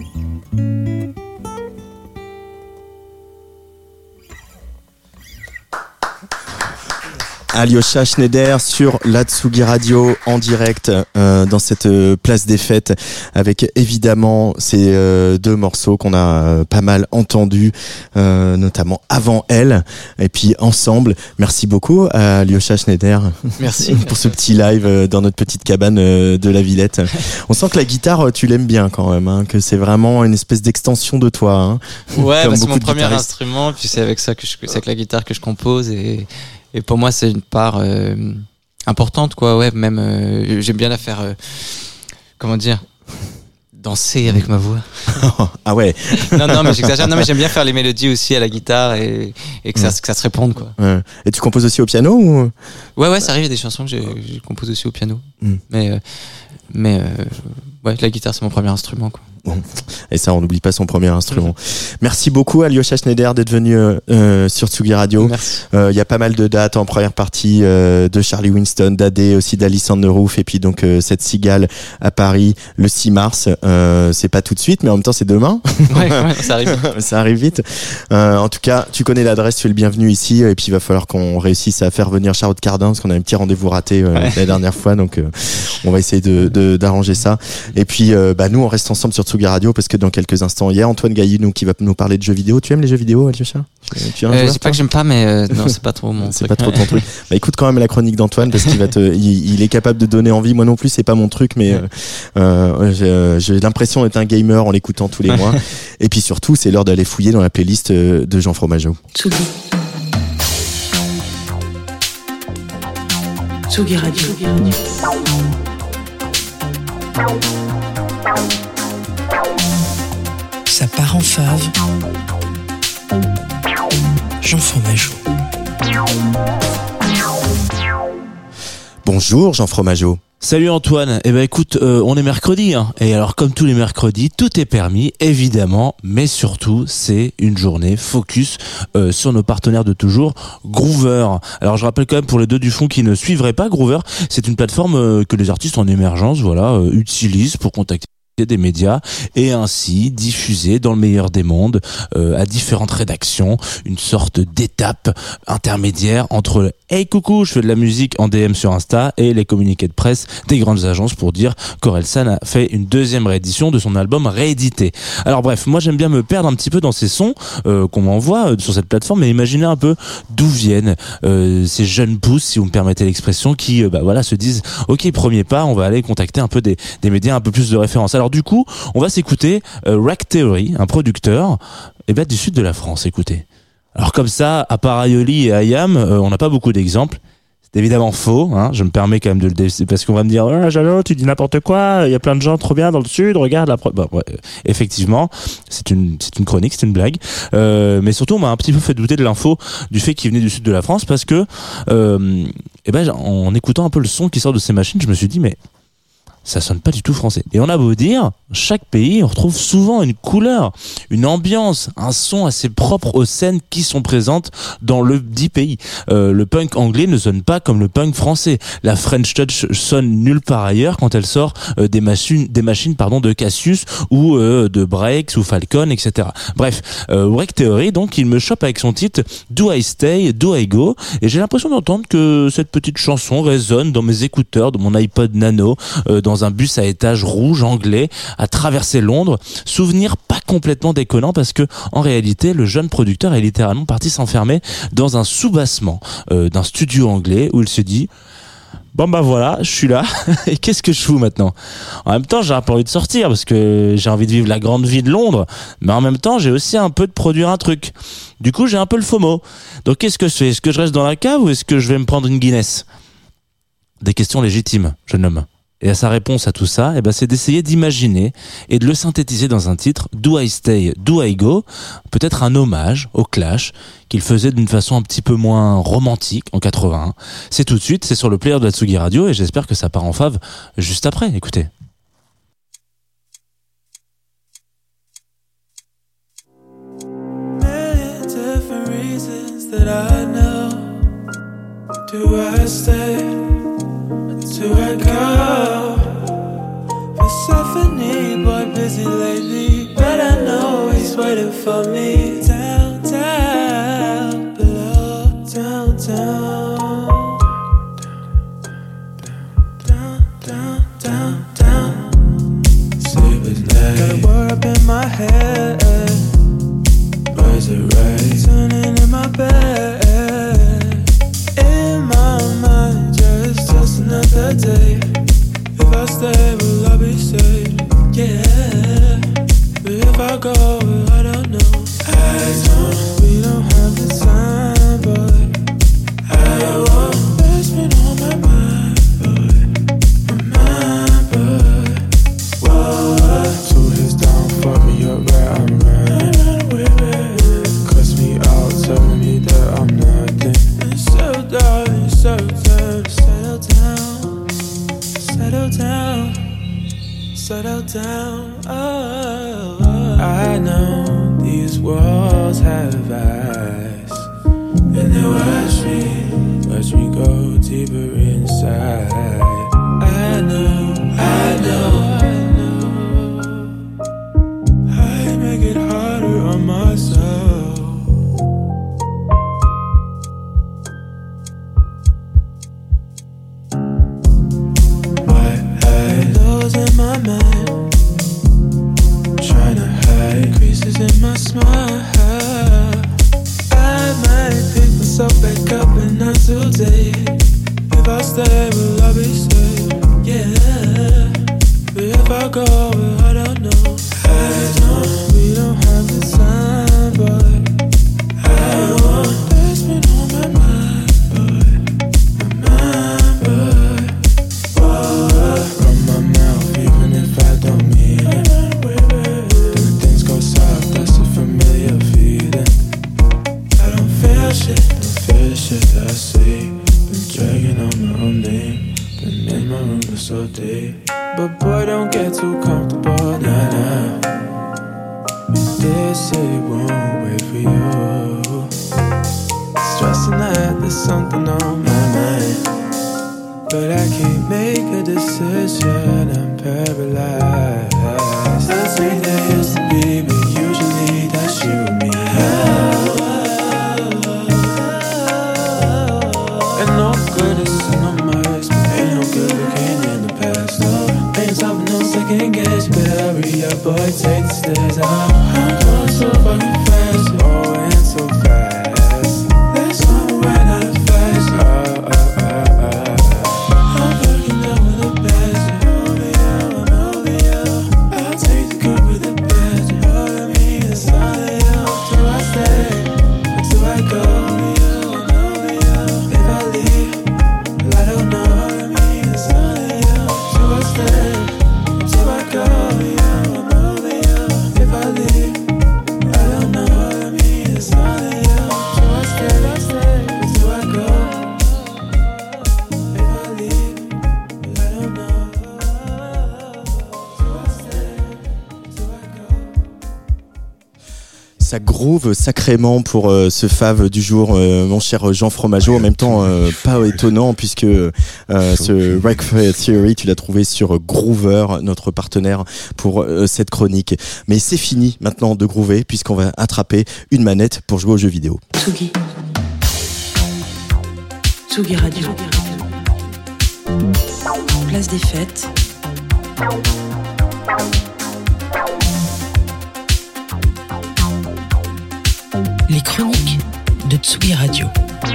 Alyosha Schneider sur la Tsugi Radio en direct dans cette place des fêtes avec évidemment ces deux morceaux qu'on a pas mal entendus, notamment Avant elle et puis Ensemble. Merci beaucoup à Alyosha Schneider. Merci. Pour ce petit live dans notre petite cabane de la Villette. On sent que la guitare tu l'aimes bien quand même, hein, que c'est vraiment une espèce d'extension de toi. Hein, ouais, bah, c'est mon premier instrument, puis c'est avec ça c'est avec la guitare que je compose et pour moi, c'est une part importante, quoi. Ouais, même j'aime bien la faire. Comment dire, danser avec ma voix. Ah ouais. Non, mais j'exagère. Non, mais j'aime bien faire les mélodies aussi à la guitare et que ça se réponde, quoi. Ouais. Et tu composes aussi au piano ou? Ouais, ça arrive. Il y a des chansons que je compose aussi au piano. Mais ouais, la guitare, c'est mon premier instrument, quoi. Bon. Et ça, on n'oublie pas son premier instrument. Merci beaucoup Alyosha Schneider d'être venu sur Tsugi Radio. Il y a pas mal de dates en première partie de Charlie Winston, d'Adé, aussi d'Alice on the Roof, et puis donc cette cigale à Paris le 6 mars. C'est pas tout de suite, mais en même temps c'est demain. Ouais, ça arrive. Ça arrive vite. En tout cas, tu connais l'adresse, tu es le bienvenu ici, et puis il va falloir qu'on réussisse à faire venir Charlotte Cardin parce qu'on a un petit rendez-vous raté la dernière fois, donc on va essayer d'arranger ça. Et puis nous on reste ensemble sur Tsugi Radio parce que dans quelques instants il y a Antoine Gailly qui va nous parler de jeux vidéo. Tu aimes les jeux vidéo, Alyosha? C'est pas que j'aime pas, mais non, c'est pas trop mon truc. C'est pas trop ton truc. Bah écoute quand même la chronique d'Antoine parce qu'il va il est capable de donner envie. Moi non plus c'est pas mon truc, mais j'ai l'impression d'être un gamer en l'écoutant tous les mois. Et puis surtout c'est l'heure d'aller fouiller dans la playlist de Jean Fromageau. Tsugi Radio. Ça part en fave. Jean Fromageau. Bonjour Jean Fromageau. Salut Antoine, eh ben écoute, on est mercredi, hein. Et alors comme tous les mercredis, tout est permis, évidemment, mais surtout c'est une journée focus sur nos partenaires de toujours, Groover. Alors je rappelle quand même pour les deux du fond qui ne suivraient pas, Groover, c'est une plateforme que les artistes en émergence, utilisent pour contacter des médias et ainsi diffuser dans le meilleur des mondes à différentes rédactions une sorte d'étape intermédiaire entre hey coucou je fais de la musique en DM sur Insta et les communiqués de presse des grandes agences pour dire qu'Orelsan a fait une deuxième réédition de son album réédité. Alors bref, moi j'aime bien me perdre un petit peu dans ces sons qu'on m'envoie sur cette plateforme et imaginer un peu d'où viennent ces jeunes pousses, si vous me permettez l'expression, qui se disent ok, premier pas, on va aller contacter un peu des médias un peu plus de référence. Alors du coup, on va s'écouter Rack Theory, un producteur du sud de la France, écoutez. Alors comme ça, à part Aioli et Ayam, on n'a pas beaucoup d'exemples. C'est évidemment faux, hein, je me permets quand même de le dire, parce qu'on va me dire « Jalo, tu dis n'importe quoi, il y a plein de gens trop bien dans le sud, regarde la... » effectivement, c'est une chronique, c'est une blague. Mais surtout, on m'a un petit peu fait douter de l'info du fait qu'il venait du sud de la France, parce que en écoutant un peu le son qui sort de ces machines, je me suis dit « Mais... » ça sonne pas du tout français. Et on a beau dire, chaque pays, on retrouve souvent une couleur, une ambiance, un son assez propre aux scènes qui sont présentes dans le dit pays. Le punk anglais ne sonne pas comme le punk français. La French Touch sonne nulle part ailleurs quand elle sort des machines de Cassius ou de Breaks ou Falcon, etc. Bref, Rack Theory, donc, il me chope avec son titre Do I Stay, Do I Go, et j'ai l'impression d'entendre que cette petite chanson résonne dans mes écouteurs, dans mon iPod Nano, dans dans un bus à étage rouge anglais à traverser Londres. Souvenir pas complètement déconnant parce que en réalité le jeune producteur est littéralement parti s'enfermer dans un soubassement d'un studio anglais où il se dit bon bah voilà, je suis là et qu'est-ce que je fous maintenant? En même temps, j'ai un peu envie de sortir parce que j'ai envie de vivre la grande vie de Londres, mais en même temps, j'ai aussi un peu de produire un truc. Du coup, j'ai un peu le FOMO. Donc qu'est-ce que je fais? Est-ce que je reste dans la cave ou est-ce que je vais me prendre une Guinness? Des questions légitimes, jeune homme. Et à sa réponse à tout ça, c'est d'essayer d'imaginer et de le synthétiser dans un titre, Do I Stay, Do I Go? Peut-être un hommage au Clash qu'il faisait d'une façon un petit peu moins romantique en 81. C'est tout de suite, c'est sur le player de la Tsugi Radio et j'espère que ça part en fave juste après. Écoutez. Do I go? Persephone, boy, busy lately, but I know he's waiting for me downtown below, downtown, down. Sleepless night, got a word up in my head, rise and rise, turning in my bed. Another day. If I stay, will I be safe? Yeah. But if I go, well, I don't know. We don't have the time, but I want. That's been on my mind, boy. Whoa. To his down, fuck me up, right? I'm running with it. Cuss me out, telling me that I'm nothing. And settle down, settle down. Settle down, oh. I know these walls have eyes, and they watch me go deeper inside. I know, I make it harder on myself. In my mind, trying to hide creases in my smile. I might pick myself back up and not today. If I stay, will I be safe? Yeah. But if I go, well, I don't know. We don't have the time, but I want. That's been on my mind, boy. From my mouth, even if I don't mean it. When things go soft, that's a familiar feeling. I don't feel shit that I see. Been dragging on my own name. Been in my room for so deep. But boy, don't get too comfortable, nah. This city won't wait for you. Stressing that there's something on my mind, but I can't make a decision, I'm paralyzed. That's the way that used to be, but usually that's you and me. And no good is no mercy, ain't no good looking in the past. Ain't something no second guess, but hurry up, boy, take the stairs. I'm going so fucking fast, oh, and so fast. Let's not run out of fast, Ça groove sacrément pour ce fave du jour, mon cher Jean Fromageau. En même temps, pas étonnant puisque ce Rec Theory, tu l'as trouvé sur Groover, notre partenaire pour cette chronique. Mais c'est fini maintenant de groover puisqu'on va attraper une manette pour jouer aux jeux vidéo. Tsugi. Tsugi Radio. Place des Fêtes. Les chroniques de Tsugi Radio.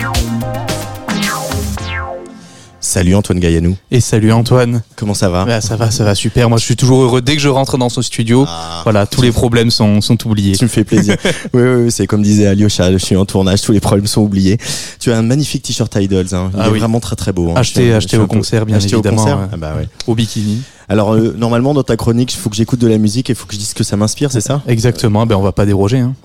Salut Antoine Gaillanou. Et salut Antoine. Comment ça va? Bah, ça va super. Moi, je suis toujours heureux dès que je rentre dans son studio. Voilà, tous les problèmes sont oubliés. Tu me fais plaisir. oui, c'est comme disait Alyosha, je suis en tournage, tous les problèmes sont oubliés. Tu as un magnifique t-shirt Idols, hein. Il est vraiment très très beau. Hein. Acheté au concert, bien évidemment. Ah bah ouais. Au bikini. Alors normalement dans ta chronique, il faut que j'écoute de la musique et il faut que je dise que ça m'inspire, c'est ça? Exactement. Ben on va pas déroger. Hein.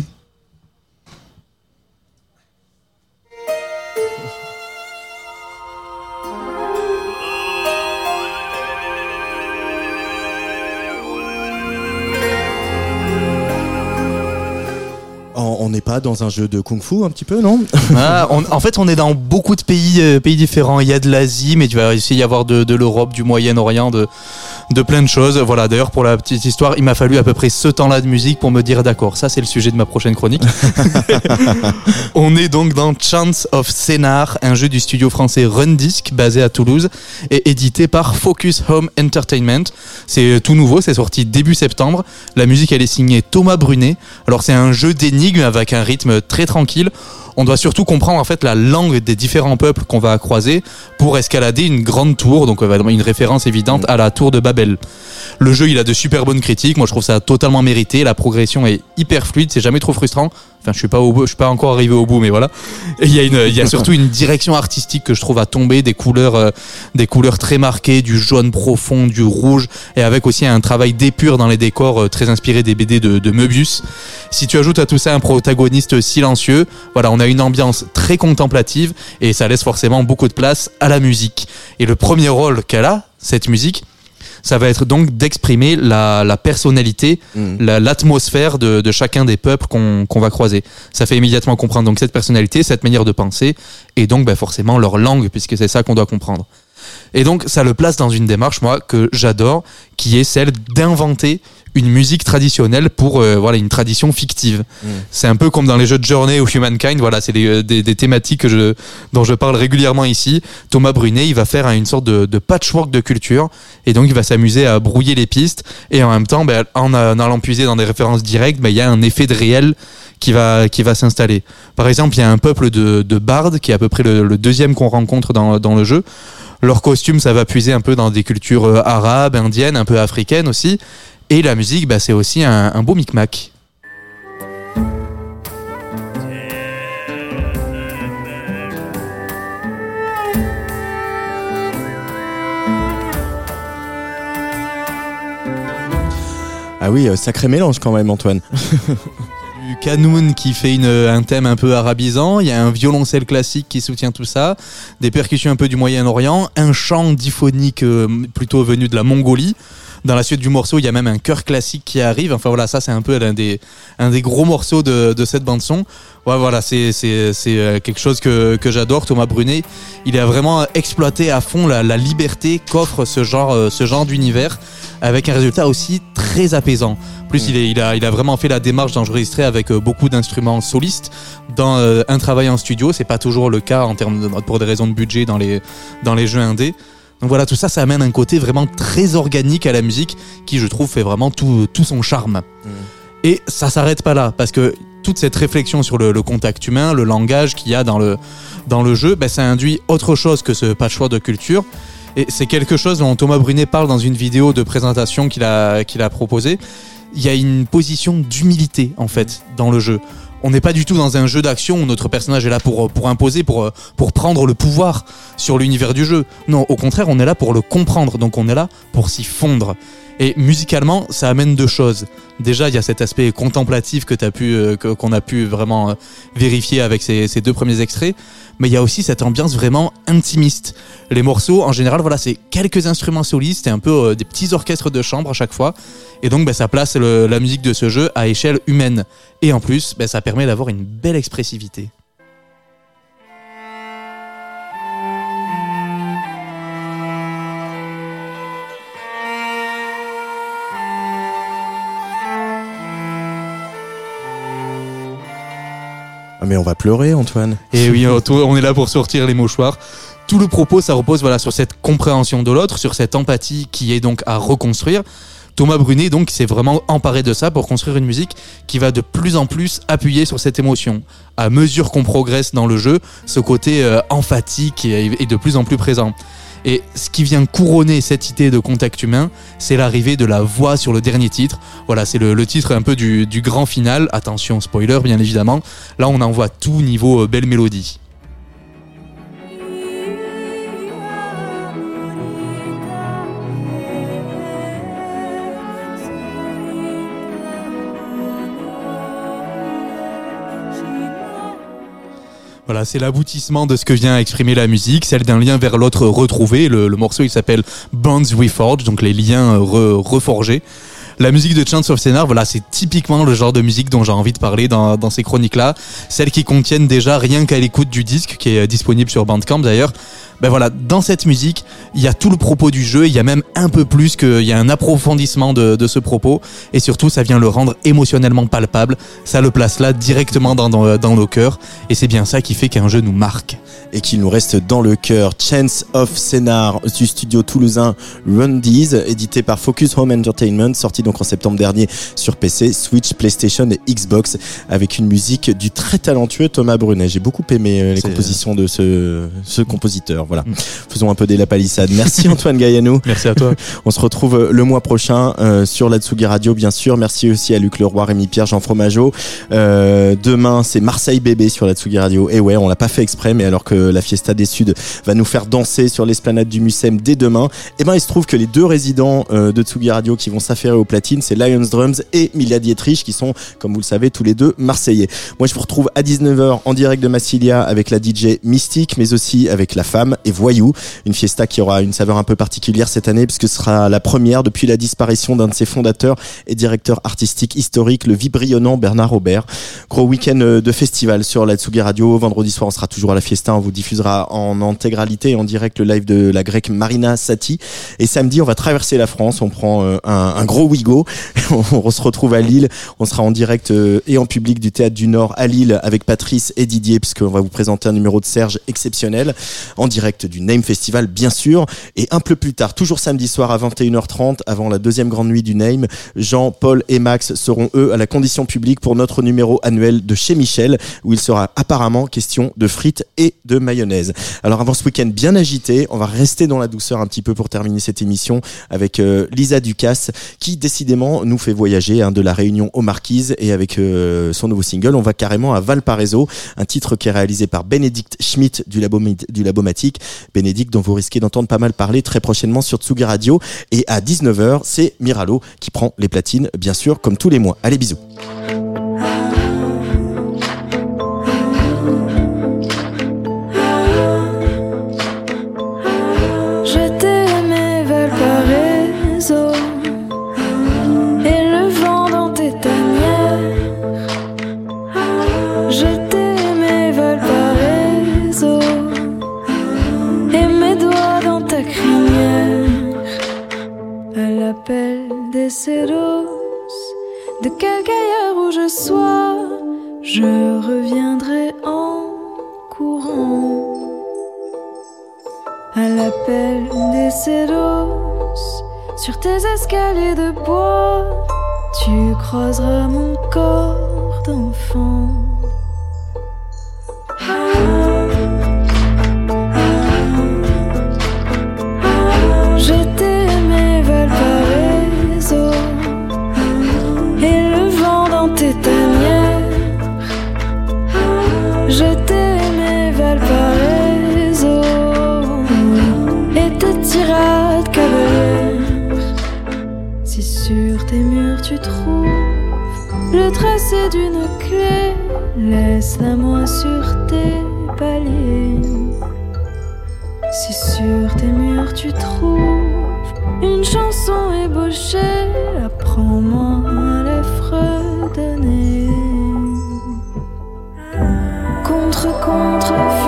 On n'est pas dans un jeu de kung-fu un petit peu, non? En fait, on est dans beaucoup de pays différents. Il y a de l'Asie, mais tu vas aussi y avoir de l'Europe, du Moyen-Orient, de plein de choses. Voilà. D'ailleurs, pour la petite histoire, il m'a fallu à peu près ce temps-là de musique pour me dire d'accord. Ça, c'est le sujet de ma prochaine chronique. On est donc dans Chants of Scénar, un jeu du studio français Run-Disc basé à Toulouse et édité par Focus Home Entertainment. C'est tout nouveau, c'est sorti début septembre. La musique, elle est signée Thomas Brunet. Alors, c'est un jeu d'énigmes avec un rythme très tranquille. On doit surtout comprendre en fait la langue des différents peuples qu'on va croiser pour escalader une grande tour, donc une référence évidente à la tour de Babel. Le jeu, il a de super bonnes critiques. Moi, je trouve ça totalement mérité. La progression est hyper fluide, c'est jamais trop frustrant. Enfin, je suis pas encore arrivé au bout, mais voilà. Et il y a surtout une direction artistique que je trouve à tomber, des couleurs très marquées, du jaune profond, du rouge, et avec aussi un travail d'épure dans les décors très inspiré des BD de Möbius. Si tu ajoutes à tout ça un protagoniste silencieux, voilà, on a une ambiance très contemplative et ça laisse forcément beaucoup de place à la musique. Et le premier rôle qu'elle a, cette musique, ça va être donc d'exprimer la personnalité, l'atmosphère de chacun des peuples qu'on va croiser. Ça fait immédiatement comprendre donc cette personnalité, cette manière de penser, et donc forcément leur langue, puisque c'est ça qu'on doit comprendre. Et donc ça le place dans une démarche, moi, que j'adore, qui est celle d'inventer une musique traditionnelle pour une tradition fictive. C'est un peu comme dans les jeux de Journey ou Humankind, voilà, c'est des thématiques dont je parle régulièrement ici. Thomas Brunet, il va faire une sorte de patchwork de culture, et donc il va s'amuser à brouiller les pistes, et en même temps, en allant puiser dans des références directes, il y a un effet de réel qui va s'installer. Par exemple, il y a un peuple de bardes qui est à peu près le deuxième qu'on rencontre dans le jeu. Leur costume, ça va puiser un peu dans des cultures arabes, indiennes, un peu africaines aussi. Et la musique, c'est aussi un beau micmac. Ah oui, sacré mélange quand même, Antoine. Du Kanoun qui fait un thème un peu arabisant, il y a un violoncelle classique qui soutient tout ça, des percussions un peu du Moyen-Orient, un chant diphonique plutôt venu de la Mongolie. Dans la suite du morceau, il y a même un chœur classique qui arrive. Enfin voilà, ça c'est un peu un des gros morceaux de cette bande son. Ouais, voilà, c'est quelque chose que j'adore. Thomas Brunet, il a vraiment exploité à fond la liberté qu'offre ce genre d'univers, avec un résultat aussi très apaisant. En plus, il a vraiment fait la démarche d'enregistrer avec beaucoup d'instruments solistes dans un travail en studio. C'est pas toujours le cas pour des raisons de budget dans les jeux indés. Donc voilà, tout ça amène un côté vraiment très organique à la musique qui, je trouve, fait vraiment tout son charme. Et ça s'arrête pas là, parce que toute cette réflexion sur le contact humain, le langage qu'il y a dans le jeu, ça induit autre chose que ce patchwork de culture. Et c'est quelque chose dont Thomas Brunet parle dans une vidéo de présentation qu'il a proposée. Il y a une position d'humilité, en fait, dans le jeu. On n'est pas du tout dans un jeu d'action où notre personnage est là pour imposer, pour prendre le pouvoir sur l'univers du jeu. Non, au contraire, on est là pour le comprendre, donc on est là pour s'y fondre. Et musicalement, ça amène deux choses. Déjà, il y a cet aspect contemplatif qu'on a pu vraiment vérifier avec ces deux premiers extraits, mais il y a aussi cette ambiance vraiment intimiste. Les morceaux, en général, voilà, c'est quelques instruments solistes et un peu des petits orchestres de chambre à chaque fois. Et donc, ça place la musique de ce jeu à échelle humaine. Et en plus, ça permet d'avoir une belle expressivité. Ah mais on va pleurer, Antoine. Et oui, on est là pour sortir les mouchoirs. tout le propos, ça repose sur cette compréhension de l'autre, sur cette empathie qui est donc à reconstruire. Thomas Brunet donc s'est vraiment emparé de ça pour construire une musique qui va de plus en plus appuyer sur cette émotion. À mesure qu'on progresse dans le jeu, ce côté emphatique est de plus en plus présent. Et ce qui vient couronner cette idée de contact humain, c'est l'arrivée de la voix sur le dernier titre. Voilà, c'est le titre un peu du grand final. Attention, spoiler bien évidemment. Là, on en voit tout niveau belle mélodie. Voilà, c'est l'aboutissement de ce que vient exprimer la musique, celle d'un lien vers l'autre retrouvé. Le morceau, il s'appelle Bonds Reforged, donc les liens reforgés. La musique de Chance of Scénar, voilà, c'est typiquement le genre de musique dont j'ai envie de parler dans ces chroniques-là. Celles qui contiennent déjà, rien qu'à l'écoute du disque, qui est disponible sur Bandcamp d'ailleurs, voilà, dans cette musique, il y a tout le propos du jeu, il y a même un peu plus il y a un approfondissement de ce propos, et surtout, ça vient le rendre émotionnellement palpable, ça le place là directement dans nos cœurs, et c'est bien ça qui fait qu'un jeu nous marque. Et qu'il nous reste dans le cœur. Chance of Scénar du studio toulousain Rundies, édité par Focus Home Entertainment, sorti donc en septembre dernier sur PC, Switch, PlayStation et Xbox, avec une musique du très talentueux Thomas Brunet. J'ai beaucoup aimé les compositions de ce compositeur. Voilà. Faisons un peu des la palissade. Merci Antoine Gaillanou. Merci à toi. On se retrouve le mois prochain sur la Tsugi Radio, bien sûr. Merci aussi à Luc Leroy, Rémi Pierre, Jean Fromageau. Demain, c'est Marseille Bébé sur la Tsugi Radio. Et ouais, on l'a pas fait exprès, mais alors que la Fiesta des Suds va nous faire danser sur l'esplanade du Mucem dès demain, et il se trouve que les deux résidents de Tsugi Radio qui vont s'affairer au platine, c'est Lions Drums et Milia Dietrich, qui sont, comme vous le savez, tous les deux marseillais. Moi, je vous retrouve à 19h en direct de Massilia avec la DJ Mystique, mais aussi avec La Femme et Voyou, une fiesta qui aura une saveur un peu particulière cette année, puisque ce sera la première depuis la disparition d'un de ses fondateurs et directeur artistique historique, le vibrillonnant Bernard Robert. Gros week-end de festival sur la Tsugi Radio. Vendredi soir, on sera toujours à la fiesta, on vous diffusera en intégralité et en direct le live de la grecque Marina Sati. Et samedi, on va traverser la France, on prend un gros Ouigo, on se retrouve à Lille, on sera en direct et en public du Théâtre du Nord à Lille avec Patrice et Didier, puisqu'on va vous présenter un numéro de Serge exceptionnel, en direct du Name Festival bien sûr. Et un peu plus tard, toujours samedi soir à 21h30, avant la deuxième grande nuit du Name, Jean, Paul et Max seront eux à la condition publique pour notre numéro annuel de Chez Michel, où il sera apparemment question de frites et de mayonnaise. Alors avant ce week-end bien agité, on va rester dans la douceur un petit peu pour terminer cette émission avec Lisa Ducasse, qui décidément nous fait voyager de la Réunion aux Marquises, et avec son nouveau single, on va carrément à Valparaiso, un titre qui est réalisé par Bénédicte Schmitt du Labomatique. Bénédicte dont vous risquez d'entendre pas mal parler très prochainement sur Tsugi Radio. Et à 19h, c'est Miralo qui prend les platines, bien sûr, comme tous les mois. Allez, bisous. De quelque ailleurs où je sois, je reviendrai en courant. À l'appel des cédos, sur tes escaliers de bois, tu croiseras mon corps d'enfant. Je t'aimais Valparaiso et tes tirades cavalières. Si sur tes murs tu trouves le tracé d'une clé, laisse-la moi sur tes paliers. Si sur tes murs tu trouves une chanson ébauchée, apprends-moi à la fredonner. Contre